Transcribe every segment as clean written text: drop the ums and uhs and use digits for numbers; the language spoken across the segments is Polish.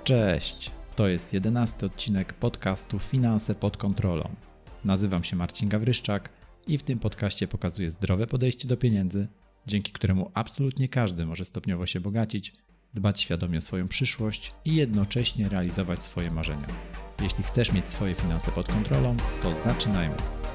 Cześć, to jest 11 odcinek podcastu Finanse pod kontrolą. Nazywam się Marcin Gawryszczak i w tym podcaście pokazuję zdrowe podejście do pieniędzy, dzięki któremu absolutnie każdy może stopniowo się bogacić, dbać świadomie o swoją przyszłość i jednocześnie realizować swoje marzenia. Jeśli chcesz mieć swoje finanse pod kontrolą, to zaczynajmy.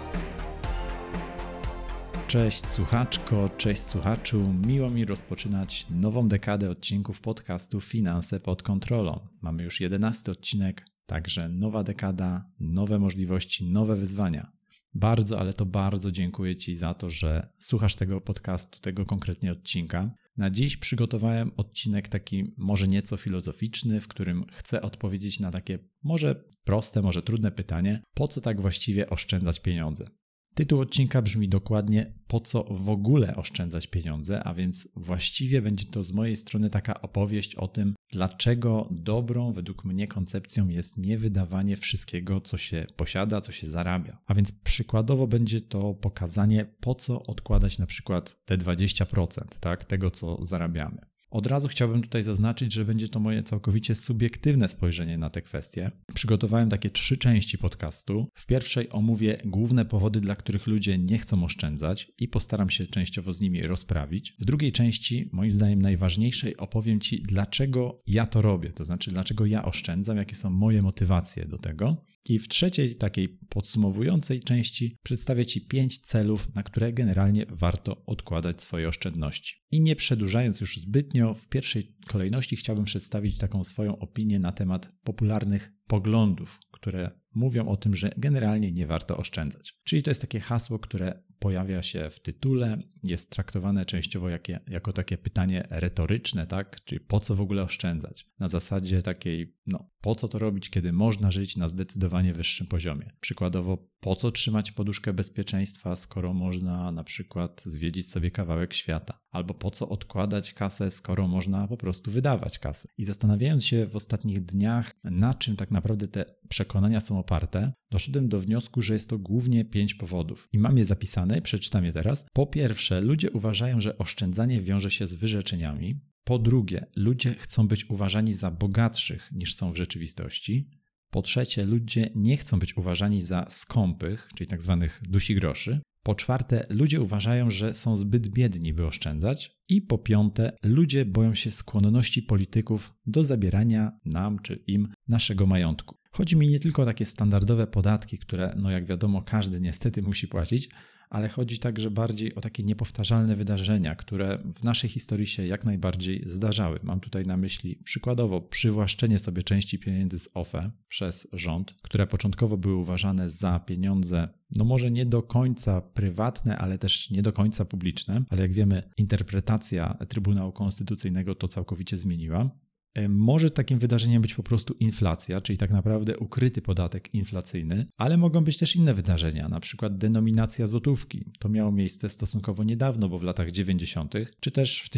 Cześć słuchaczko, cześć słuchaczu, miło mi rozpoczynać nową dekadę odcinków podcastu Finanse pod kontrolą. Mamy już 11 odcinek, także nowa dekada, nowe możliwości, nowe wyzwania. Bardzo, ale to bardzo dziękuję Ci za to, że słuchasz tego podcastu, tego konkretnie odcinka. Na dziś przygotowałem odcinek taki może nieco filozoficzny, w którym chcę odpowiedzieć na takie może proste, może trudne pytanie, po co tak właściwie oszczędzać pieniądze? Tytuł odcinka brzmi dokładnie po co w ogóle oszczędzać pieniądze, a więc właściwie będzie to z mojej strony taka opowieść o tym, dlaczego dobrą według mnie koncepcją jest nie wydawanie wszystkiego, co się posiada, co się zarabia. A więc przykładowo będzie to pokazanie, po co odkładać na przykład te 20%, tak, tego co zarabiamy. Od razu chciałbym tutaj zaznaczyć, że będzie to moje całkowicie subiektywne spojrzenie na te kwestie. Przygotowałem takie 3 części podcastu. W pierwszej omówię główne powody, dla których ludzie nie chcą oszczędzać i postaram się częściowo z nimi rozprawić. W drugiej części, moim zdaniem najważniejszej, opowiem Ci, dlaczego ja to robię, to znaczy dlaczego ja oszczędzam, jakie są moje motywacje do tego. I w trzeciej, takiej podsumowującej części przedstawię Ci 5 celów, na które generalnie warto odkładać swoje oszczędności. I nie przedłużając już zbytnio, w pierwszej kolejności chciałbym przedstawić taką swoją opinię na temat popularnych poglądów, które mówią o tym, że generalnie nie warto oszczędzać. Czyli to jest takie hasło, które pojawia się w tytule, jest traktowane częściowo jako takie pytanie retoryczne, tak? Czyli po co w ogóle oszczędzać? Na zasadzie takiej, po co to robić, kiedy można żyć na zdecydowanie wyższym poziomie? Przykładowo, po co trzymać poduszkę bezpieczeństwa, skoro można na przykład zwiedzić sobie kawałek świata? Albo po co odkładać kasę, skoro można po prostu wydawać kasę? I zastanawiając się w ostatnich dniach, na czym tak naprawdę te przekonania są oparte, doszedłem do wniosku, że jest to głównie 5 powodów. I mam je zapisane i przeczytam je teraz. Po pierwsze, ludzie uważają, że oszczędzanie wiąże się z wyrzeczeniami. Po drugie, ludzie chcą być uważani za bogatszych niż są w rzeczywistości. Po trzecie, ludzie nie chcą być uważani za skąpych, czyli tak zwanych dusigroszy. Po czwarte, ludzie uważają, że są zbyt biedni, by oszczędzać. I po piąte, ludzie boją się skłonności polityków do zabierania nam czy im naszego majątku. Chodzi mi nie tylko o takie standardowe podatki, które, jak wiadomo, każdy niestety musi płacić, ale chodzi także bardziej o takie niepowtarzalne wydarzenia, które w naszej historii się jak najbardziej zdarzały. Mam tutaj na myśli przykładowo przywłaszczenie sobie części pieniędzy z OFE przez rząd, które początkowo były uważane za pieniądze, może nie do końca prywatne, ale też nie do końca publiczne, ale jak wiemy, interpretacja Trybunału Konstytucyjnego to całkowicie zmieniła. Może takim wydarzeniem być po prostu inflacja, czyli tak naprawdę ukryty podatek inflacyjny, ale mogą być też inne wydarzenia, na przykład denominacja złotówki. To miało miejsce stosunkowo niedawno, bo w latach 90., czy też w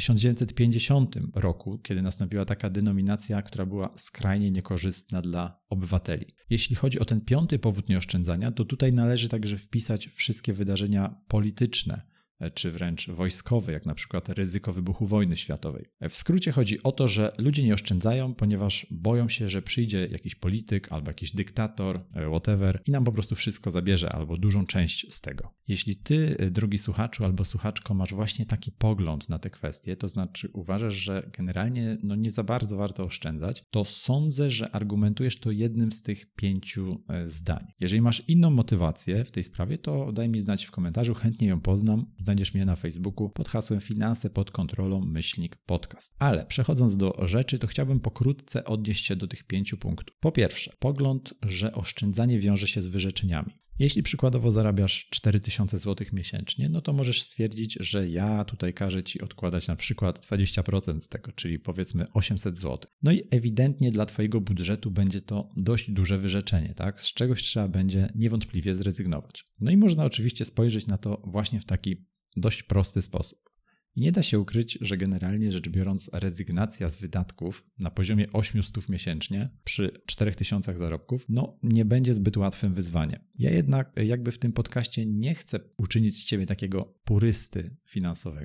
1950 roku, kiedy nastąpiła taka denominacja, która była skrajnie niekorzystna dla obywateli. Jeśli chodzi o ten 5. powód nieoszczędzania, to tutaj należy także wpisać wszystkie wydarzenia polityczne, czy wręcz wojskowe, jak na przykład ryzyko wybuchu wojny światowej. W skrócie chodzi o to, że ludzie nie oszczędzają, ponieważ boją się, że przyjdzie jakiś polityk albo jakiś dyktator, whatever, i nam po prostu wszystko zabierze albo dużą część z tego. Jeśli ty, drogi słuchaczu albo słuchaczko, masz właśnie taki pogląd na te kwestie, to znaczy uważasz, że generalnie nie za bardzo warto oszczędzać, to sądzę, że argumentujesz to jednym z tych 5 zdań. Jeżeli masz inną motywację w tej sprawie, to daj mi znać w komentarzu, chętnie ją poznam. Znajdziesz mnie na Facebooku pod hasłem Finanse pod kontrolą /podcast. Ale przechodząc do rzeczy, to chciałbym pokrótce odnieść się do tych 5 punktów. Po pierwsze, pogląd, że oszczędzanie wiąże się z wyrzeczeniami. Jeśli przykładowo zarabiasz 4000 zł miesięcznie, to możesz stwierdzić, że ja tutaj każę Ci odkładać na przykład 20% z tego, czyli powiedzmy 800 zł. I ewidentnie dla Twojego budżetu będzie to dość duże wyrzeczenie, tak? Z czegoś trzeba będzie niewątpliwie zrezygnować. I można oczywiście spojrzeć na to właśnie w taki dość prosty sposób. I nie da się ukryć, że generalnie rzecz biorąc rezygnacja z wydatków na poziomie 800 miesięcznie przy 4000 zarobków, nie będzie zbyt łatwym wyzwaniem. Ja jednak jakby w tym podcaście nie chcę uczynić z Ciebie takiego purysty finansowego,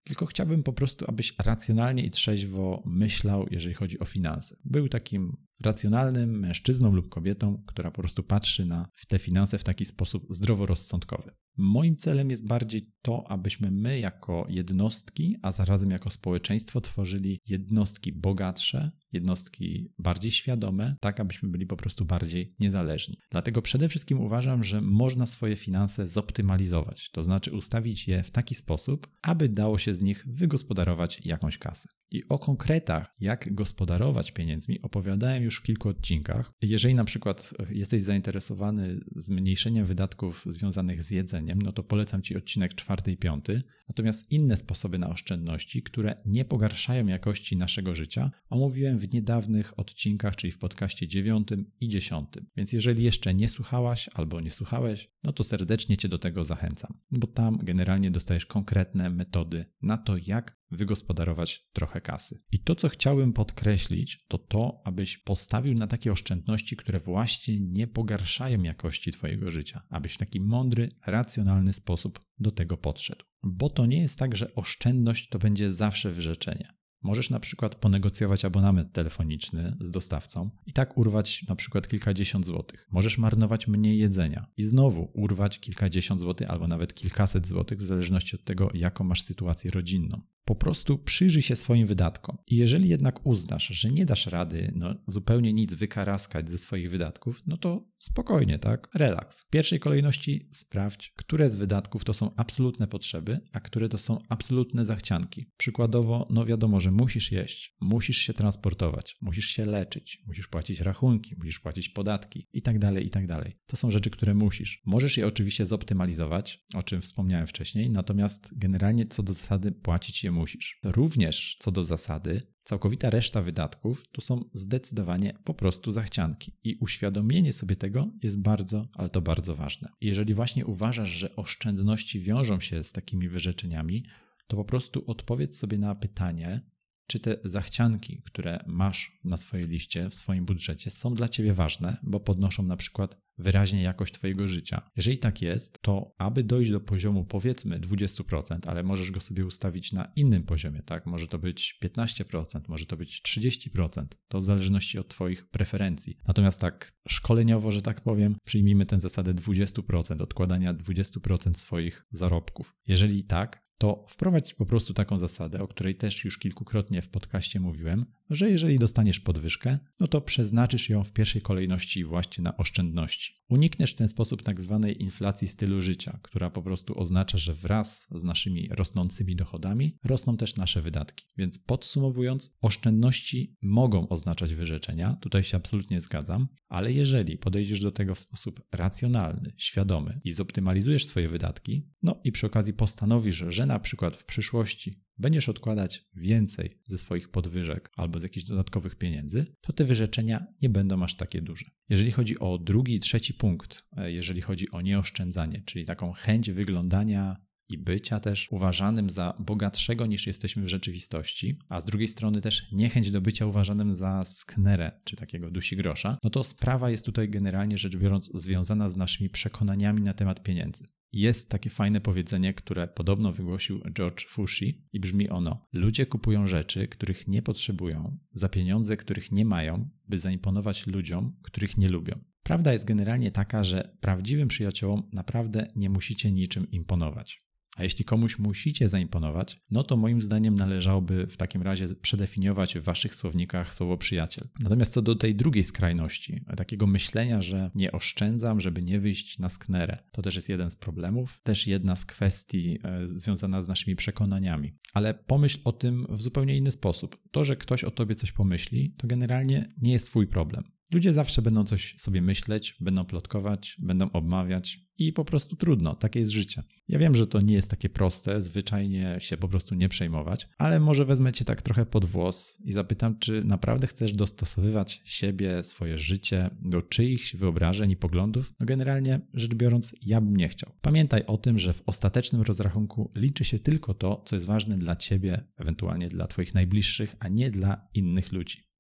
tylko chciałbym po prostu, abyś racjonalnie i trzeźwo myślał, jeżeli chodzi o finanse. Był takim racjonalnym mężczyzną lub kobietą, która po prostu patrzy na te finanse w taki sposób zdroworozsądkowy. Moim celem jest bardziej to, abyśmy my jako jednostki, a zarazem jako społeczeństwo tworzyli jednostki bogatsze, jednostki bardziej świadome, tak abyśmy byli po prostu bardziej niezależni. Dlatego przede wszystkim uważam, że można swoje finanse zoptymalizować, to znaczy ustawić je w taki sposób, aby dało się z nich wygospodarować jakąś kasę. I o konkretach, jak gospodarować pieniędzmi, opowiadałem już w kilku odcinkach. Jeżeli na przykład jesteś zainteresowany zmniejszeniem wydatków związanych z jedzeniem, no to polecam Ci odcinek 4 i 5. Natomiast inne sposoby na oszczędności, które nie pogarszają jakości naszego życia, omówiłem w niedawnych odcinkach, czyli w podcaście 9 i 10. Więc jeżeli jeszcze nie słuchałaś albo nie słuchałeś, no to serdecznie Cię do tego zachęcam, bo tam generalnie dostajesz konkretne metody na to, jak wygospodarować trochę kasy. I to, co chciałbym podkreślić, to to, abyś postawił na takie oszczędności, które właśnie nie pogarszają jakości Twojego życia, abyś w taki mądry, racjonalny sposób do tego podszedł. Bo to nie jest tak, że oszczędność to będzie zawsze wyrzeczenie. Możesz na przykład ponegocjować abonament telefoniczny z dostawcą i tak urwać na przykład kilkadziesiąt złotych. Możesz marnować mniej jedzenia i znowu urwać kilkadziesiąt złotych albo nawet kilkaset złotych w zależności od tego, jaką masz sytuację rodzinną. Po prostu przyjrzyj się swoim wydatkom i jeżeli jednak uznasz, że nie dasz rady zupełnie nic wykaraskać ze swoich wydatków, no to spokojnie, tak? Relaks. W pierwszej kolejności sprawdź, które z wydatków to są absolutne potrzeby, a które to są absolutne zachcianki. Przykładowo, wiadomo, że musisz jeść, musisz się transportować, musisz się leczyć, musisz płacić rachunki, musisz płacić podatki i tak dalej, i tak dalej. To są rzeczy, które musisz. Możesz je oczywiście zoptymalizować, o czym wspomniałem wcześniej, natomiast generalnie co do zasady płacić je musisz. Również co do zasady, całkowita reszta wydatków to są zdecydowanie po prostu zachcianki i uświadomienie sobie tego jest bardzo, ale to bardzo ważne. Jeżeli właśnie uważasz, że oszczędności wiążą się z takimi wyrzeczeniami, to po prostu odpowiedz sobie na pytanie, czy te zachcianki, które masz na swojej liście, w swoim budżecie są dla Ciebie ważne, bo podnoszą na przykład wyraźnie jakość Twojego życia. Jeżeli tak jest, to aby dojść do poziomu powiedzmy 20%, ale możesz go sobie ustawić na innym poziomie, tak? Może to być 15%, może to być 30%, to w zależności od Twoich preferencji. Natomiast tak szkoleniowo, że tak powiem, przyjmijmy tę zasadę 20%, odkładania 20% swoich zarobków. Jeżeli tak, to wprowadź po prostu taką zasadę, o której też już kilkukrotnie w podcaście mówiłem, że jeżeli dostaniesz podwyżkę, no to przeznaczysz ją w pierwszej kolejności właśnie na oszczędności. Unikniesz w ten sposób tak zwanej inflacji stylu życia, która po prostu oznacza, że wraz z naszymi rosnącymi dochodami rosną też nasze wydatki. Więc podsumowując, oszczędności mogą oznaczać wyrzeczenia, tutaj się absolutnie zgadzam, ale jeżeli podejdziesz do tego w sposób racjonalny, świadomy i zoptymalizujesz swoje wydatki, no i przy okazji postanowisz, że na przykład w przyszłości będziesz odkładać więcej ze swoich podwyżek albo z jakichś dodatkowych pieniędzy, to te wyrzeczenia nie będą aż takie duże. Jeżeli chodzi o drugi i trzeci punkt, jeżeli chodzi o nieoszczędzanie, czyli taką chęć wyglądania i bycia też uważanym za bogatszego niż jesteśmy w rzeczywistości, a z drugiej strony też niechęć do bycia uważanym za sknerę, czy takiego dusigrosza, no to sprawa jest tutaj generalnie rzecz biorąc związana z naszymi przekonaniami na temat pieniędzy. Jest takie fajne powiedzenie, które podobno wygłosił George Fushi i brzmi ono: ludzie kupują rzeczy, których nie potrzebują, za pieniądze, których nie mają, by zaimponować ludziom, których nie lubią. Prawda jest generalnie taka, że prawdziwym przyjaciołom naprawdę nie musicie niczym imponować. A jeśli komuś musicie zaimponować, no to moim zdaniem należałoby w takim razie przedefiniować w waszych słownikach słowo przyjaciel. Natomiast co do tej drugiej skrajności, takiego myślenia, że nie oszczędzam, żeby nie wyjść na sknerę, to też jest jeden z problemów, też jedna z kwestii związana z naszymi przekonaniami. Ale pomyśl o tym w zupełnie inny sposób. To, że ktoś o tobie coś pomyśli, to generalnie nie jest twój problem. Ludzie zawsze będą coś sobie myśleć, będą plotkować, będą obmawiać i po prostu trudno, takie jest życie. Ja wiem, że to nie jest takie proste, zwyczajnie się po prostu nie przejmować, ale może wezmę cię tak trochę pod włos i zapytam, czy naprawdę chcesz dostosowywać siebie, swoje życie do czyichś wyobrażeń i poglądów? No generalnie rzecz biorąc, ja bym nie chciał. Pamiętaj o tym, że w ostatecznym rozrachunku liczy się tylko to, co jest ważne dla ciebie, ewentualnie dla twoich najbliższych, a nie dla innych ludzi.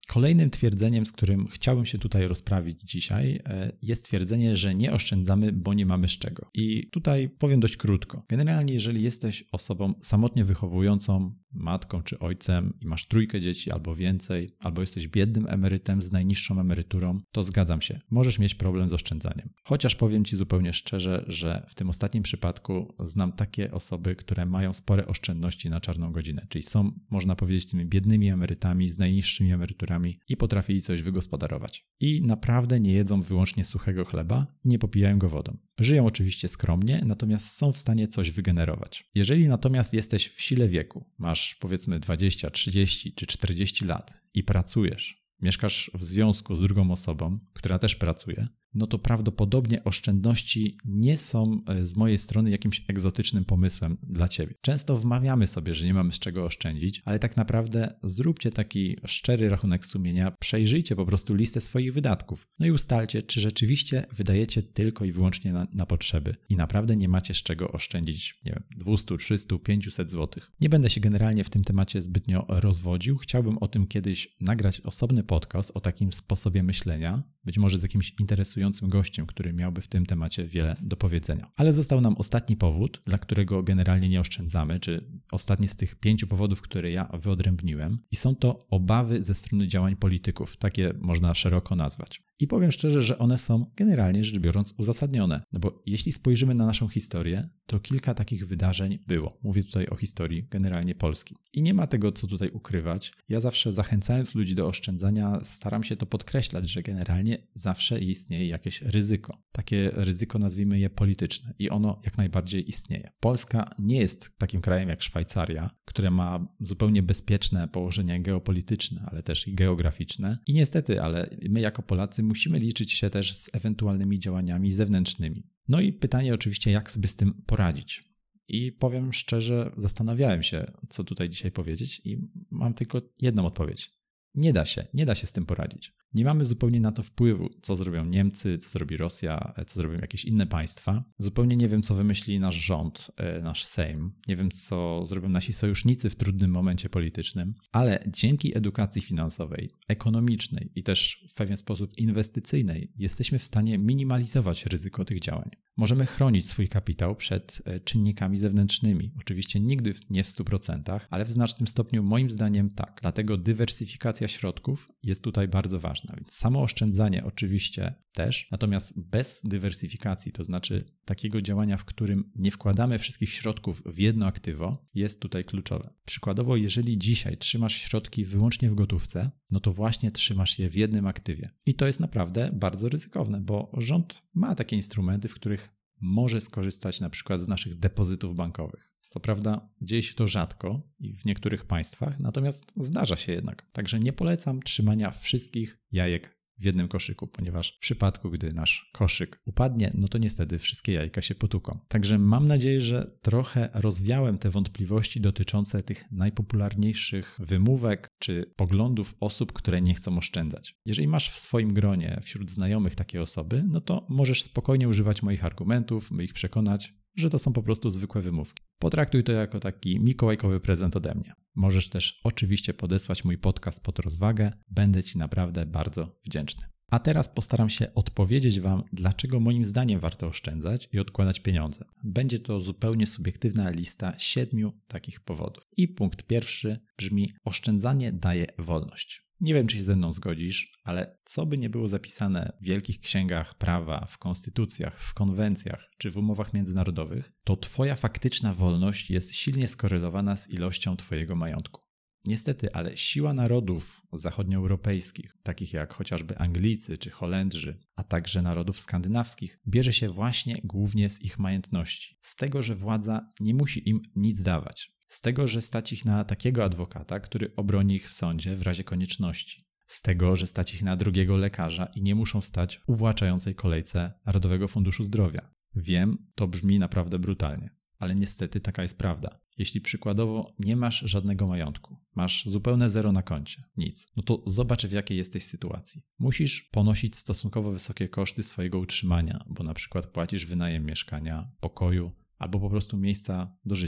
Kolejnym twierdzeniem, z którym chciałbym się tutaj rozprawić dzisiaj, jest twierdzenie, że nie oszczędzamy, bo nie mamy z czego. I tutaj powiem dość krótko. Generalnie, jeżeli jesteś osobą samotnie wychowującą, matką czy ojcem i masz 3 dzieci albo więcej, albo jesteś biednym emerytem z najniższą emeryturą, to zgadzam się, możesz mieć problem z oszczędzaniem. Chociaż powiem Ci zupełnie szczerze, że w tym ostatnim przypadku znam takie osoby, które mają spore oszczędności na czarną godzinę, czyli są, można powiedzieć, tymi biednymi emerytami z najniższymi emeryturami i potrafili coś wygospodarować. I naprawdę nie jedzą wyłącznie suchego chleba i nie popijają go wodą. Żyją oczywiście skromnie, natomiast są w stanie coś wygenerować. Jeżeli natomiast jesteś w sile wieku, masz powiedzmy 20, 30 czy 40 lat i pracujesz, mieszkasz w związku z drugą osobą, która też pracuje, no to prawdopodobnie oszczędności nie są z mojej strony jakimś egzotycznym pomysłem dla Ciebie. Często wmawiamy sobie, że nie mamy z czego oszczędzić, ale tak naprawdę zróbcie taki szczery rachunek sumienia, przejrzyjcie po prostu listę swoich wydatków, no i ustalcie, czy rzeczywiście wydajecie tylko i wyłącznie na potrzeby i naprawdę nie macie z czego oszczędzić, nie wiem, 200, 300, 500 zł. Nie będę się generalnie w tym temacie zbytnio rozwodził, chciałbym o tym kiedyś nagrać osobny podcast o takim sposobie myślenia, być może z jakimś interesującym gościem, który miałby w tym temacie wiele do powiedzenia. Ale został nam ostatni powód, dla którego generalnie nie oszczędzamy, czy ostatni z tych 5 powodów, które ja wyodrębniłem, i są to obawy ze strony działań polityków, takie można szeroko nazwać. I powiem szczerze, że one są generalnie rzecz biorąc uzasadnione, no bo jeśli spojrzymy na naszą historię, to kilka takich wydarzeń było. Mówię tutaj o historii generalnie Polski. I nie ma tego, co tutaj ukrywać. Ja zawsze zachęcając ludzi do oszczędzania, staram się to podkreślać, że generalnie zawsze istnieje jakieś ryzyko. Takie ryzyko, nazwijmy je polityczne, i ono jak najbardziej istnieje. Polska nie jest takim krajem jak Szwajcaria, które ma zupełnie bezpieczne położenie geopolityczne, ale też i geograficzne. I niestety, ale my jako Polacy musimy liczyć się też z ewentualnymi działaniami zewnętrznymi. No i pytanie oczywiście, jak sobie z tym poradzić. I powiem szczerze, zastanawiałem się, co tutaj dzisiaj powiedzieć i mam tylko jedną odpowiedź. Nie da się z tym poradzić. Nie mamy zupełnie na to wpływu, co zrobią Niemcy, co zrobi Rosja, co zrobią jakieś inne państwa. Zupełnie nie wiem, co wymyśli nasz rząd, nasz Sejm. Nie wiem, co zrobią nasi sojusznicy w trudnym momencie politycznym, ale dzięki edukacji finansowej, ekonomicznej i też w pewien sposób inwestycyjnej jesteśmy w stanie minimalizować ryzyko tych działań. Możemy chronić swój kapitał przed czynnikami zewnętrznymi. Oczywiście nigdy nie w 100%, ale w znacznym stopniu moim zdaniem tak. Dlatego dywersyfikacja środków jest tutaj bardzo ważna. Więc samo oszczędzanie oczywiście też, natomiast bez dywersyfikacji, to znaczy takiego działania, w którym nie wkładamy wszystkich środków w jedno aktywo, jest tutaj kluczowe. Przykładowo, jeżeli dzisiaj trzymasz środki wyłącznie w gotówce, no to właśnie trzymasz je w jednym aktywie. I to jest naprawdę bardzo ryzykowne, bo rząd ma takie instrumenty, w których może skorzystać na przykład z naszych depozytów bankowych. Co prawda dzieje się to rzadko i w niektórych państwach, natomiast zdarza się jednak. Także nie polecam trzymania wszystkich jajek w jednym koszyku, ponieważ w przypadku, gdy nasz koszyk upadnie, no to niestety wszystkie jajka się potuką. Także mam nadzieję, że trochę rozwiałem te wątpliwości dotyczące tych najpopularniejszych wymówek czy poglądów osób, które nie chcą oszczędzać. Jeżeli masz w swoim gronie wśród znajomych takie osoby, no to możesz spokojnie używać moich argumentów, by ich przekonać, że to są po prostu zwykłe wymówki. Potraktuj to jako taki mikołajkowy prezent ode mnie. Możesz też oczywiście podesłać mój podcast pod rozwagę. Będę Ci naprawdę bardzo wdzięczny. A teraz postaram się odpowiedzieć Wam, dlaczego moim zdaniem warto oszczędzać i odkładać pieniądze. Będzie to zupełnie subiektywna lista 7 takich powodów. I punkt pierwszy brzmi: oszczędzanie daje wolność. Nie wiem, czy się ze mną zgodzisz, ale co by nie było zapisane w wielkich księgach prawa, w konstytucjach, w konwencjach czy w umowach międzynarodowych, to Twoja faktyczna wolność jest silnie skorelowana z ilością Twojego majątku. Niestety, ale siła narodów zachodnioeuropejskich, takich jak chociażby Anglicy czy Holendrzy, a także narodów skandynawskich, bierze się właśnie głównie z ich majątności. Z tego, że władza nie musi im nic dawać. Z tego, że stać ich na takiego adwokata, który obroni ich w sądzie w razie konieczności. Z tego, że stać ich na drugiego lekarza i nie muszą stać w uwłaczającej kolejce Narodowego Funduszu Zdrowia. Wiem, to brzmi naprawdę brutalnie, ale niestety taka jest prawda. Jeśli przykładowo nie masz żadnego majątku, masz zupełne zero na koncie, nic, no to zobacz, w jakiej jesteś sytuacji. Musisz ponosić stosunkowo wysokie koszty swojego utrzymania, bo na przykład płacisz wynajem mieszkania, pokoju albo po prostu miejsca do życia.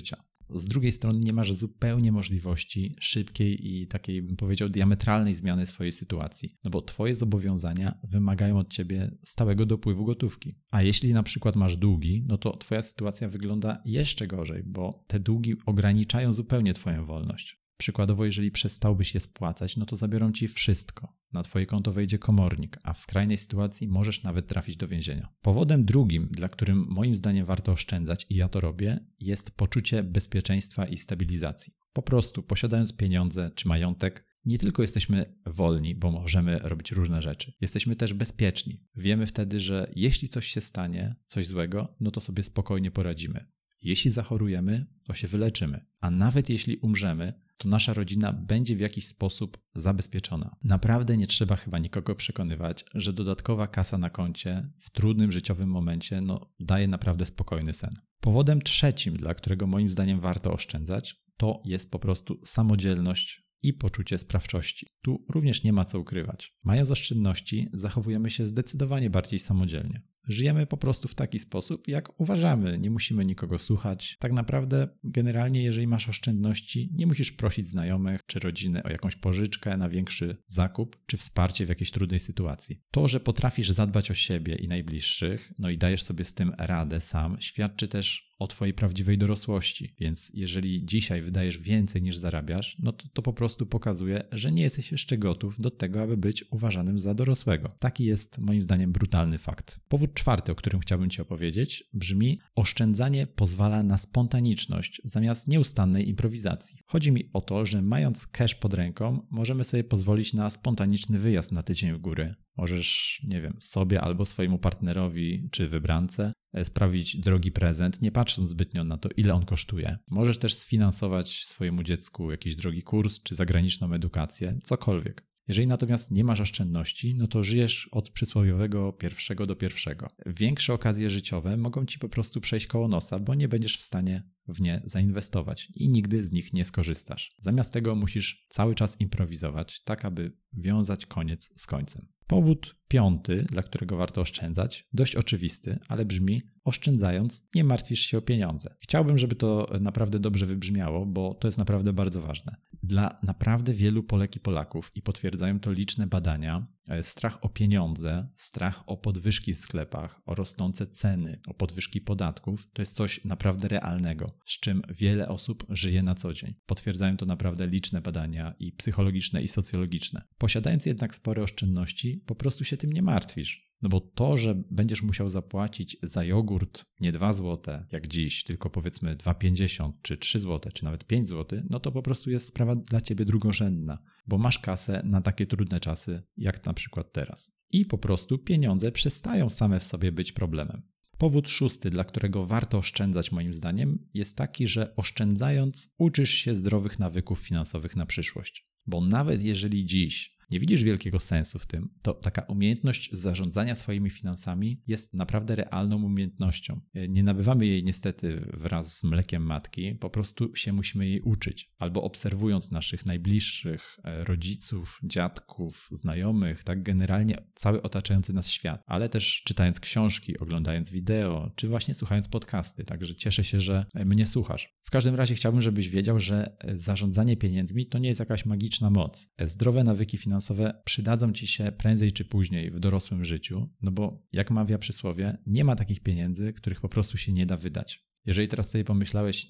z drugiej strony nie masz zupełnie możliwości szybkiej i takiej, bym powiedział, diametralnej zmiany swojej sytuacji, no bo twoje zobowiązania wymagają od ciebie stałego dopływu gotówki. A jeśli na przykład masz długi, no to twoja sytuacja wygląda jeszcze gorzej, bo te długi ograniczają zupełnie twoją wolność. Przykładowo, jeżeli przestałbyś je spłacać, no to zabiorą ci wszystko. Na twoje konto wejdzie komornik, a w skrajnej sytuacji możesz nawet trafić do więzienia. Powodem drugim, dla którym moim zdaniem warto oszczędzać i ja to robię, jest poczucie bezpieczeństwa i stabilizacji. Po prostu posiadając pieniądze czy majątek, nie tylko jesteśmy wolni, bo możemy robić różne rzeczy. Jesteśmy też bezpieczni. Wiemy wtedy, że jeśli coś się stanie, coś złego, no to sobie spokojnie poradzimy. Jeśli zachorujemy, to się wyleczymy. A nawet jeśli umrzemy, to nasza rodzina będzie w jakiś sposób zabezpieczona. Naprawdę nie trzeba chyba nikogo przekonywać, że dodatkowa kasa na koncie w trudnym życiowym momencie daje naprawdę spokojny sen. Powodem trzecim, dla którego moim zdaniem warto oszczędzać, to jest po prostu samodzielność i poczucie sprawczości. Tu również nie ma co ukrywać. Mając oszczędności, zachowujemy się zdecydowanie bardziej samodzielnie. Żyjemy po prostu w taki sposób, jak uważamy. Nie musimy nikogo słuchać. Tak naprawdę, generalnie, jeżeli masz oszczędności, nie musisz prosić znajomych czy rodziny o jakąś pożyczkę na większy zakup czy wsparcie w jakiejś trudnej sytuacji. To, że potrafisz zadbać o siebie i najbliższych, i dajesz sobie z tym radę sam, świadczy też o twojej prawdziwej dorosłości. Więc jeżeli dzisiaj wydajesz więcej niż zarabiasz, to po prostu pokazuje, że nie jesteś jeszcze gotów do tego, aby być uważanym za dorosłego. Taki jest moim zdaniem brutalny fakt. Powód czwarty, o którym chciałbym ci opowiedzieć, brzmi: oszczędzanie pozwala na spontaniczność zamiast nieustannej improwizacji. Chodzi mi o to, że mając cash pod ręką, możemy sobie pozwolić na spontaniczny wyjazd na tydzień w góry. Możesz, sobie albo swojemu partnerowi czy wybrance sprawić drogi prezent, nie patrząc zbytnio na to, ile on kosztuje. Możesz też sfinansować swojemu dziecku jakiś drogi kurs czy zagraniczną edukację, cokolwiek. Jeżeli natomiast nie masz oszczędności, to żyjesz od przysłowiowego pierwszego do pierwszego. Większe okazje życiowe mogą ci po prostu przejść koło nosa, bo nie będziesz w stanie w nie zainwestować i nigdy z nich nie skorzystasz. Zamiast tego musisz cały czas improwizować, tak aby wiązać koniec z końcem. Powód piąty, dla którego warto oszczędzać, dość oczywisty, ale brzmi: oszczędzając, nie martwisz się o pieniądze. Chciałbym, żeby to naprawdę dobrze wybrzmiało, bo to jest naprawdę bardzo ważne. Dla naprawdę wielu Polek i Polaków, i potwierdzają to liczne badania, strach o pieniądze, strach o podwyżki w sklepach, o rosnące ceny, o podwyżki podatków, to jest coś naprawdę realnego, z czym wiele osób żyje na co dzień. Potwierdzają to naprawdę liczne badania i psychologiczne, i socjologiczne. Posiadając jednak spore oszczędności, po prostu się tym nie martwisz. Bo to, że będziesz musiał zapłacić za jogurt nie 2 zł jak dziś, tylko powiedzmy 2,50 czy 3 zł, czy nawet 5 zł, to po prostu jest sprawa dla ciebie drugorzędna, bo masz kasę na takie trudne czasy, jak na przykład teraz. I po prostu pieniądze przestają same w sobie być problemem. Powód szósty, dla którego warto oszczędzać moim zdaniem, jest taki, że oszczędzając uczysz się zdrowych nawyków finansowych na przyszłość. Bo nawet jeżeli dziś nie widzisz wielkiego sensu w tym, to taka umiejętność zarządzania swoimi finansami jest naprawdę realną umiejętnością. Nie nabywamy jej niestety wraz z mlekiem matki, po prostu się musimy jej uczyć. Albo obserwując naszych najbliższych, rodziców, dziadków, znajomych, tak generalnie cały otaczający nas świat, ale też czytając książki, oglądając wideo, czy właśnie słuchając podcasty. Także cieszę się, że mnie słuchasz. W każdym razie chciałbym, żebyś wiedział, że zarządzanie pieniędzmi to nie jest jakaś magiczna moc. Zdrowe nawyki finansowe przydadzą ci się prędzej czy później w dorosłym życiu, bo jak mawia przysłowie, nie ma takich pieniędzy, których po prostu się nie da wydać. Jeżeli teraz sobie pomyślałeś,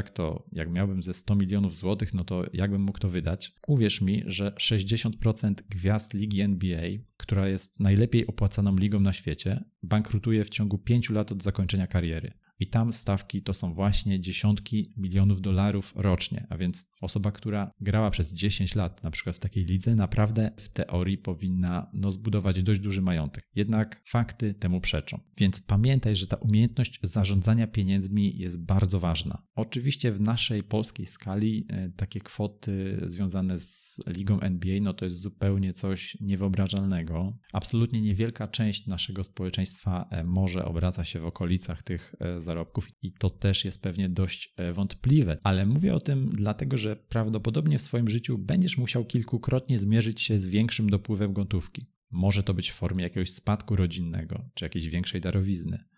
jak miałbym ze 100 milionów złotych, to jakbym mógł to wydać? Uwierz mi, że 60% gwiazd ligi NBA, która jest najlepiej opłacaną ligą na świecie, bankrutuje w ciągu 5 lat od zakończenia kariery. I tam stawki to są właśnie dziesiątki milionów dolarów rocznie, a więc osoba, która grała przez 10 lat na przykład w takiej lidze, naprawdę w teorii powinna zbudować dość duży majątek. Jednak fakty temu przeczą. Więc pamiętaj, że ta umiejętność zarządzania pieniędzmi jest bardzo ważna. Oczywiście w naszej polskiej skali takie kwoty związane z ligą NBA, to jest zupełnie coś niewyobrażalnego. Absolutnie niewielka część naszego społeczeństwa może obraca się w okolicach tych zarobków i to też jest pewnie dość wątpliwe, ale mówię o tym dlatego, że prawdopodobnie w swoim życiu będziesz musiał kilkukrotnie zmierzyć się z większym dopływem gotówki. Może to być w formie jakiegoś spadku rodzinnego, czy jakiejś większej darowizny.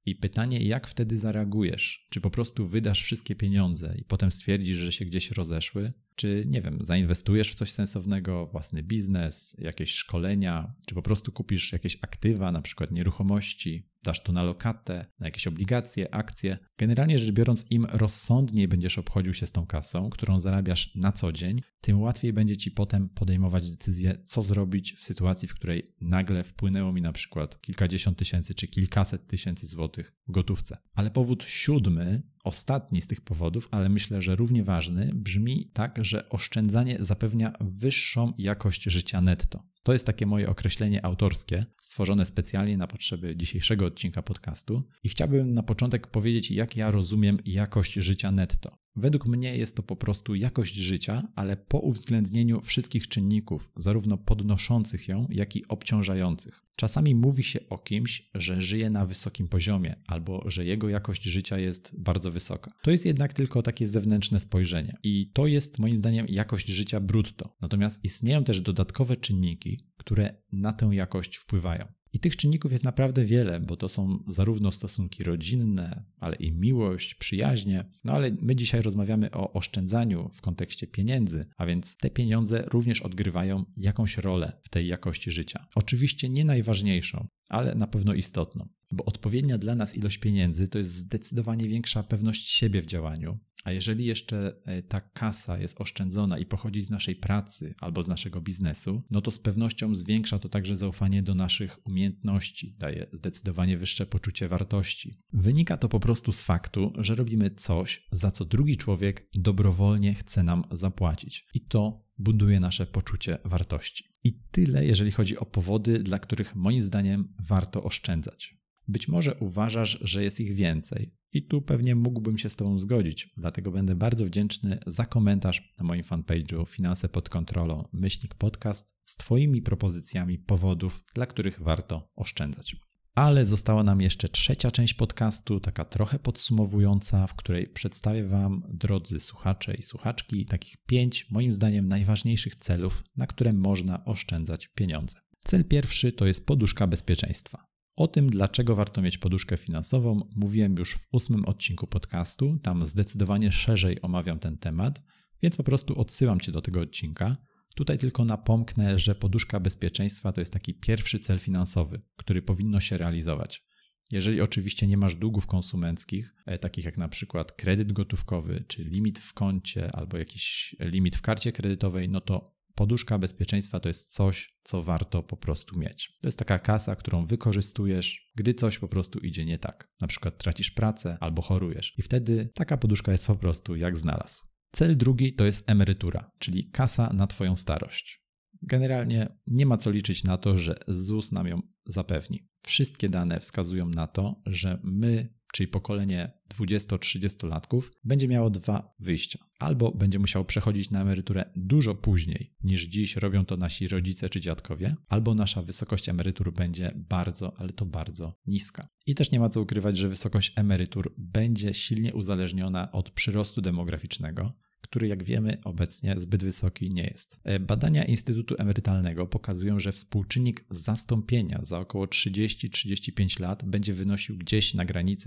I pytanie, jak wtedy zareagujesz? Czy po prostu wydasz wszystkie pieniądze i potem stwierdzisz, że się gdzieś rozeszły? Czy, nie wiem, zainwestujesz w coś sensownego, własny biznes, jakieś szkolenia, czy po prostu kupisz jakieś aktywa, na przykład nieruchomości, dasz to na lokatę, na jakieś obligacje, akcje. Generalnie rzecz biorąc, im rozsądniej będziesz obchodził się z tą kasą, którą zarabiasz na co dzień, tym łatwiej będzie ci potem podejmować decyzję, co zrobić w sytuacji, w której nagle wpłynęło mi na przykład kilkadziesiąt tysięcy czy kilkaset tysięcy złotych w gotówce. Ale powód 7, ostatni z tych powodów, ale myślę, że równie ważny, brzmi tak, że oszczędzanie zapewnia wyższą jakość życia netto. To jest takie moje określenie autorskie, stworzone specjalnie na potrzeby dzisiejszego odcinka podcastu i chciałbym na początek powiedzieć, jak ja rozumiem jakość życia netto. Według mnie jest to po prostu jakość życia, ale po uwzględnieniu wszystkich czynników, zarówno podnoszących ją, jak i obciążających. Czasami mówi się o kimś, że żyje na wysokim poziomie albo że jego jakość życia jest bardzo wysoka. To jest jednak tylko takie zewnętrzne spojrzenie i to jest moim zdaniem jakość życia brutto. Natomiast istnieją też dodatkowe czynniki, które na tę jakość wpływają. I tych czynników jest naprawdę wiele, bo to są zarówno stosunki rodzinne, ale i miłość, przyjaźnie. No ale my dzisiaj rozmawiamy o oszczędzaniu w kontekście pieniędzy, a więc te pieniądze również odgrywają jakąś rolę w tej jakości życia. Oczywiście nie najważniejszą, ale na pewno istotną, bo odpowiednia dla nas ilość pieniędzy to jest zdecydowanie większa pewność siebie w działaniu. A jeżeli jeszcze ta kasa jest oszczędzona i pochodzi z naszej pracy albo z naszego biznesu, no to z pewnością zwiększa to także zaufanie do naszych umiejętności, daje zdecydowanie wyższe poczucie wartości. Wynika to po prostu z faktu, że robimy coś, za co drugi człowiek dobrowolnie chce nam zapłacić. I to buduje nasze poczucie wartości. I tyle, jeżeli chodzi o powody, dla których moim zdaniem warto oszczędzać. Być może uważasz, że jest ich więcej i tu pewnie mógłbym się z Tobą zgodzić, dlatego będę bardzo wdzięczny za komentarz na moim fanpage'u Finanse pod kontrolą /podcast z Twoimi propozycjami powodów, dla których warto oszczędzać. Ale została nam jeszcze trzecia część podcastu, taka trochę podsumowująca, w której przedstawię Wam, drodzy słuchacze i słuchaczki, takich 5, moim zdaniem, najważniejszych celów, na które można oszczędzać pieniądze. Cel pierwszy to jest poduszka bezpieczeństwa. O tym, dlaczego warto mieć poduszkę finansową, mówiłem już w 8 odcinku podcastu, tam zdecydowanie szerzej omawiam ten temat, więc po prostu odsyłam Cię do tego odcinka. Tutaj tylko napomknę, że poduszka bezpieczeństwa to jest taki pierwszy cel finansowy, który powinno się realizować. Jeżeli oczywiście nie masz długów konsumenckich, takich jak na przykład kredyt gotówkowy, czy limit w koncie, albo jakiś limit w karcie kredytowej, no to poduszka bezpieczeństwa to jest coś, co warto po prostu mieć. To jest taka kasa, którą wykorzystujesz, gdy coś po prostu idzie nie tak. Na przykład tracisz pracę albo chorujesz i wtedy taka poduszka jest po prostu jak znalazł. Cel drugi to jest emerytura, czyli kasa na Twoją starość. Generalnie nie ma co liczyć na to, że ZUS nam ją zapewni. Wszystkie dane wskazują na to, że my, czyli pokolenie 20-30-latków, będzie miało 2 wyjścia. Albo będzie musiało przechodzić na emeryturę dużo później niż dziś robią to nasi rodzice czy dziadkowie, albo nasza wysokość emerytur będzie bardzo, ale to bardzo niska. I też nie ma co ukrywać, że wysokość emerytur będzie silnie uzależniona od przyrostu demograficznego, który, jak wiemy, obecnie zbyt wysoki nie jest. Badania Instytutu Emerytalnego pokazują, że współczynnik zastąpienia za około 30-35 lat będzie wynosił gdzieś na granicy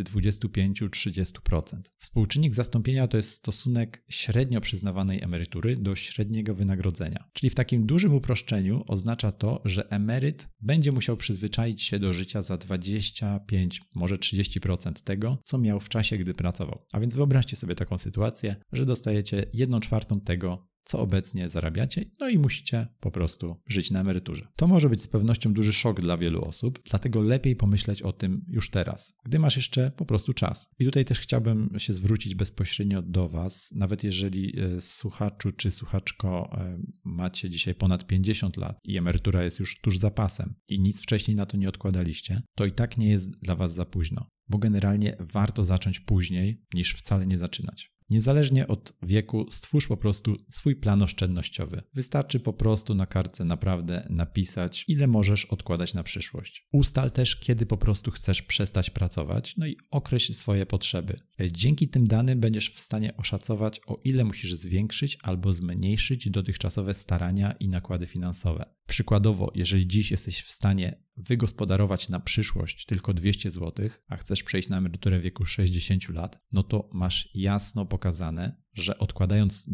25-30%. Współczynnik zastąpienia to jest stosunek średnio przyznawanej emerytury do średniego wynagrodzenia. Czyli w takim dużym uproszczeniu oznacza to, że emeryt będzie musiał przyzwyczaić się do życia za 25, może 30% tego, co miał w czasie, gdy pracował. A więc wyobraźcie sobie taką sytuację, że dostajecie 1/4 tego, co obecnie zarabiacie, no i musicie po prostu żyć na emeryturze. To może być z pewnością duży szok dla wielu osób, dlatego lepiej pomyśleć o tym już teraz, gdy masz jeszcze po prostu czas. I tutaj też chciałbym się zwrócić bezpośrednio do Was, nawet jeżeli słuchaczu czy słuchaczko macie dzisiaj ponad 50 lat i emerytura jest już tuż za pasem i nic wcześniej na to nie odkładaliście, to i tak nie jest dla Was za późno, bo generalnie warto zacząć później niż wcale nie zaczynać. Niezależnie od wieku stwórz po prostu swój plan oszczędnościowy. Wystarczy po prostu na kartce naprawdę napisać, ile możesz odkładać na przyszłość. Ustal też, kiedy po prostu chcesz przestać pracować, no i określ swoje potrzeby. Dzięki tym danym będziesz w stanie oszacować, o ile musisz zwiększyć albo zmniejszyć dotychczasowe starania i nakłady finansowe. Przykładowo, jeżeli dziś jesteś w stanie wygospodarować na przyszłość tylko 200 zł, a chcesz przejść na emeryturę w wieku 60 lat, no to masz jasno pokazane, że odkładając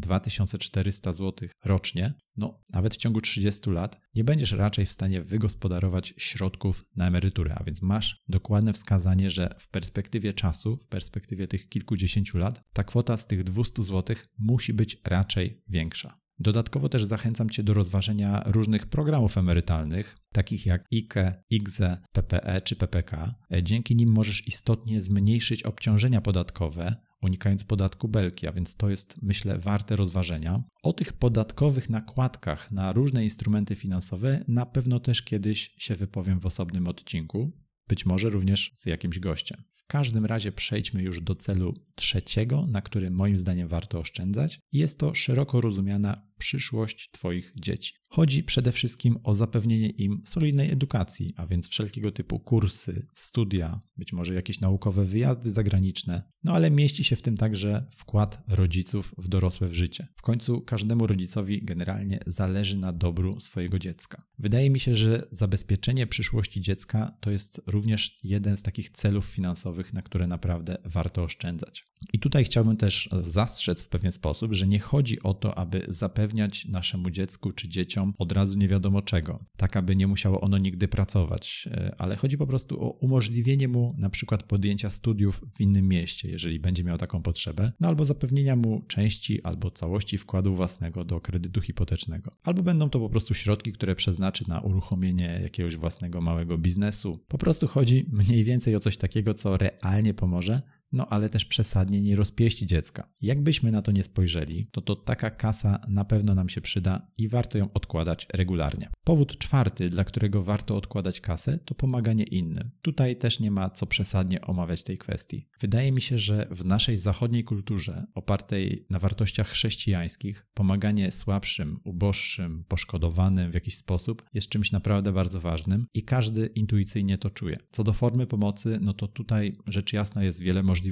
2400 zł rocznie, nawet w ciągu 30 lat, nie będziesz raczej w stanie wygospodarować środków na emeryturę, a więc masz dokładne wskazanie, że w perspektywie czasu, w perspektywie tych kilkudziesięciu lat, ta kwota z tych 200 zł musi być raczej większa. Dodatkowo też zachęcam Cię do rozważenia różnych programów emerytalnych, takich jak IKE, IKZE, PPE czy PPK. Dzięki nim możesz istotnie zmniejszyć obciążenia podatkowe, unikając podatku Belki, a więc to jest, myślę, warte rozważenia. O tych podatkowych nakładkach na różne instrumenty finansowe na pewno też kiedyś się wypowiem w osobnym odcinku, być może również z jakimś gościem. W każdym razie przejdźmy już do celu trzeciego, na którym moim zdaniem warto oszczędzać. Jest to szeroko rozumiana przyszłość Twoich dzieci. Chodzi przede wszystkim o zapewnienie im solidnej edukacji, a więc wszelkiego typu kursy, studia, być może jakieś naukowe wyjazdy zagraniczne, ale mieści się w tym także wkład rodziców w dorosłe życie. W końcu każdemu rodzicowi generalnie zależy na dobru swojego dziecka. Wydaje mi się, że zabezpieczenie przyszłości dziecka to jest również jeden z takich celów finansowych, na które naprawdę warto oszczędzać. I tutaj chciałbym też zastrzec w pewien sposób, że nie chodzi o to, aby zapewniać naszemu dziecku czy dzieciom od razu nie wiadomo czego, tak aby nie musiało ono nigdy pracować, ale chodzi po prostu o umożliwienie mu na przykład podjęcia studiów w innym mieście, jeżeli będzie miał taką potrzebę, albo zapewnienia mu części albo całości wkładu własnego do kredytu hipotecznego. Albo będą to po prostu środki, które przeznaczy na uruchomienie jakiegoś własnego małego biznesu. Po prostu chodzi mniej więcej o coś takiego, co realnie pomoże, ale też przesadnie nie rozpieści dziecka. Jakbyśmy na to nie spojrzeli, to taka kasa na pewno nam się przyda i warto ją odkładać regularnie. Powód czwarty, dla którego warto odkładać kasę, to pomaganie innym. Tutaj też nie ma co przesadnie omawiać tej kwestii. Wydaje mi się, że w naszej zachodniej kulturze, opartej na wartościach chrześcijańskich, pomaganie słabszym, uboższym, poszkodowanym w jakiś sposób jest czymś naprawdę bardzo ważnym i każdy intuicyjnie to czuje. Co do formy pomocy, to tutaj rzecz jasna jest wiele możliwości.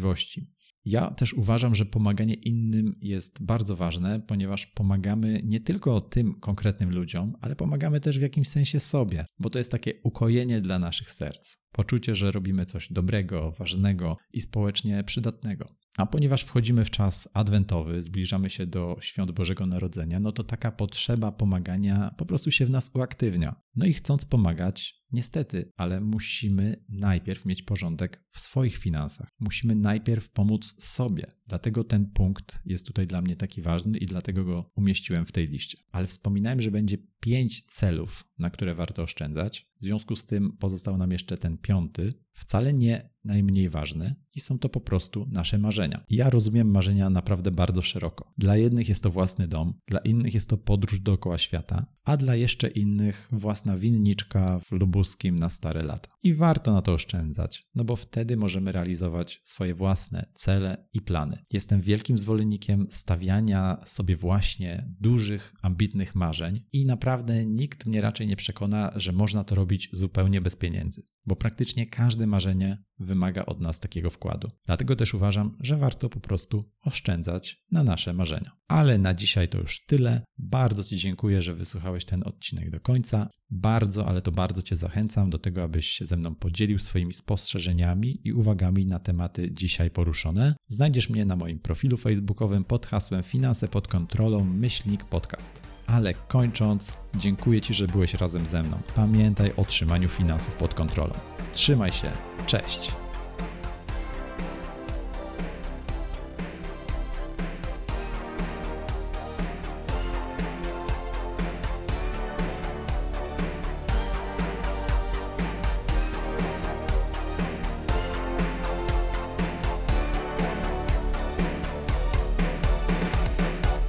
Ja też uważam, że pomaganie innym jest bardzo ważne, ponieważ pomagamy nie tylko tym konkretnym ludziom, ale pomagamy też w jakimś sensie sobie, bo to jest takie ukojenie dla naszych serc. Poczucie, że robimy coś dobrego, ważnego i społecznie przydatnego. A ponieważ wchodzimy w czas adwentowy, zbliżamy się do świąt Bożego Narodzenia, to taka potrzeba pomagania po prostu się w nas uaktywnia. I chcąc pomagać, niestety, ale musimy najpierw mieć porządek w swoich finansach. Musimy najpierw pomóc sobie. Dlatego ten punkt jest tutaj dla mnie taki ważny i dlatego go umieściłem w tej liście. Ale wspominałem, że będzie 5 celów, na które warto oszczędzać. W związku z tym pozostał nam jeszcze ten 5, wcale nie najmniej ważny i są to po prostu nasze marzenia. Ja rozumiem marzenia naprawdę bardzo szeroko. Dla jednych jest to własny dom, dla innych jest to podróż dookoła świata, a dla jeszcze innych własna winniczka w Lubuskim na stare lata. I warto na to oszczędzać, bo wtedy możemy realizować swoje własne cele i plany. Jestem wielkim zwolennikiem stawiania sobie właśnie dużych, ambitnych marzeń i naprawdę nikt mnie raczej nie przekona, że można to robić zupełnie bez pieniędzy, bo praktycznie każde marzenie wymaga od nas takiego wkładu. Dlatego też uważam, że warto po prostu oszczędzać na nasze marzenia. Ale na dzisiaj to już tyle. Bardzo Ci dziękuję, że wysłuchałeś ten odcinek do końca. Bardzo, ale to bardzo Cię zachęcam do tego, abyś się ze mną podzielił swoimi spostrzeżeniami i uwagami na tematy dzisiaj poruszone. Znajdziesz mnie na moim profilu facebookowym pod hasłem Finanse pod kontrolą /podcast. Ale kończąc, dziękuję Ci, że byłeś razem ze mną. Pamiętaj o trzymaniu finansów pod kontrolą. Trzymaj się, cześć!